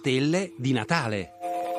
stelle di Natale.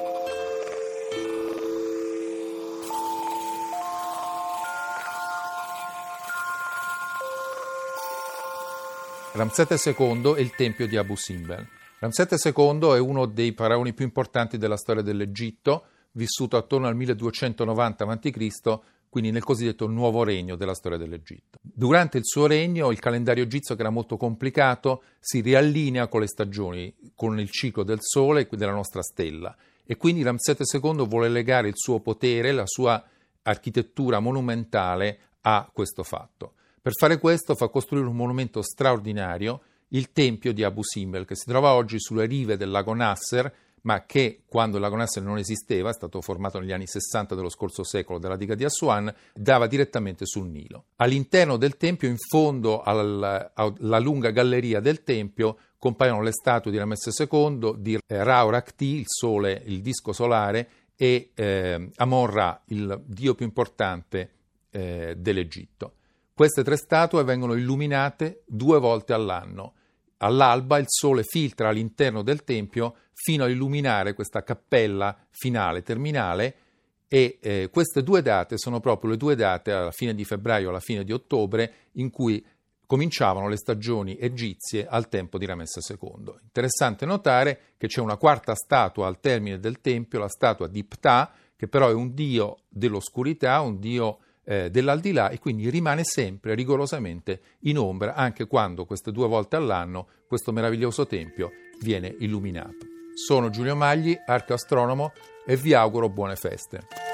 Ramsete II e il tempio di Abu Simbel. Ramsete II è uno dei faraoni più importanti della storia dell'Egitto, vissuto attorno al 1290 a.C., quindi nel cosiddetto nuovo regno della storia dell'Egitto. Durante il suo regno il calendario egizio, che era molto complicato, si riallinea con le stagioni, con il ciclo del Sole e della nostra stella. E quindi Ramsete II vuole legare il suo potere, la sua architettura monumentale a questo fatto. Per fare questo fa costruire un monumento straordinario, il tempio di Abu Simbel, che si trova oggi sulle rive del lago Nasser, ma che quando il lago Nasser non esisteva, è stato formato negli anni 60 dello scorso secolo dalla diga di Assuan, dava direttamente sul Nilo. All'interno del tempio, in fondo alla lunga galleria del tempio, compaiono le statue di Ramesse II, di Ra-Ora-Khti, il sole, il disco solare, e Amon-Ra, il dio più importante dell'Egitto. Queste tre statue vengono illuminate 2 volte all'anno. All'alba il sole filtra all'interno del tempio fino a illuminare questa cappella finale, terminale, e queste 2 date sono proprio le 2 date alla fine di febbraio e alla fine di ottobre in cui cominciavano le stagioni egizie al tempo di Ramesse II. Interessante notare che c'è una 4ª statua al termine del tempio, la statua di Ptah, che però è un dio dell'oscurità, un dio dell'aldilà, e quindi rimane sempre rigorosamente in ombra anche quando queste 2 volte all'anno questo meraviglioso tempio viene illuminato. Sono Giulio Magli, archeoastronomo, e vi auguro buone feste.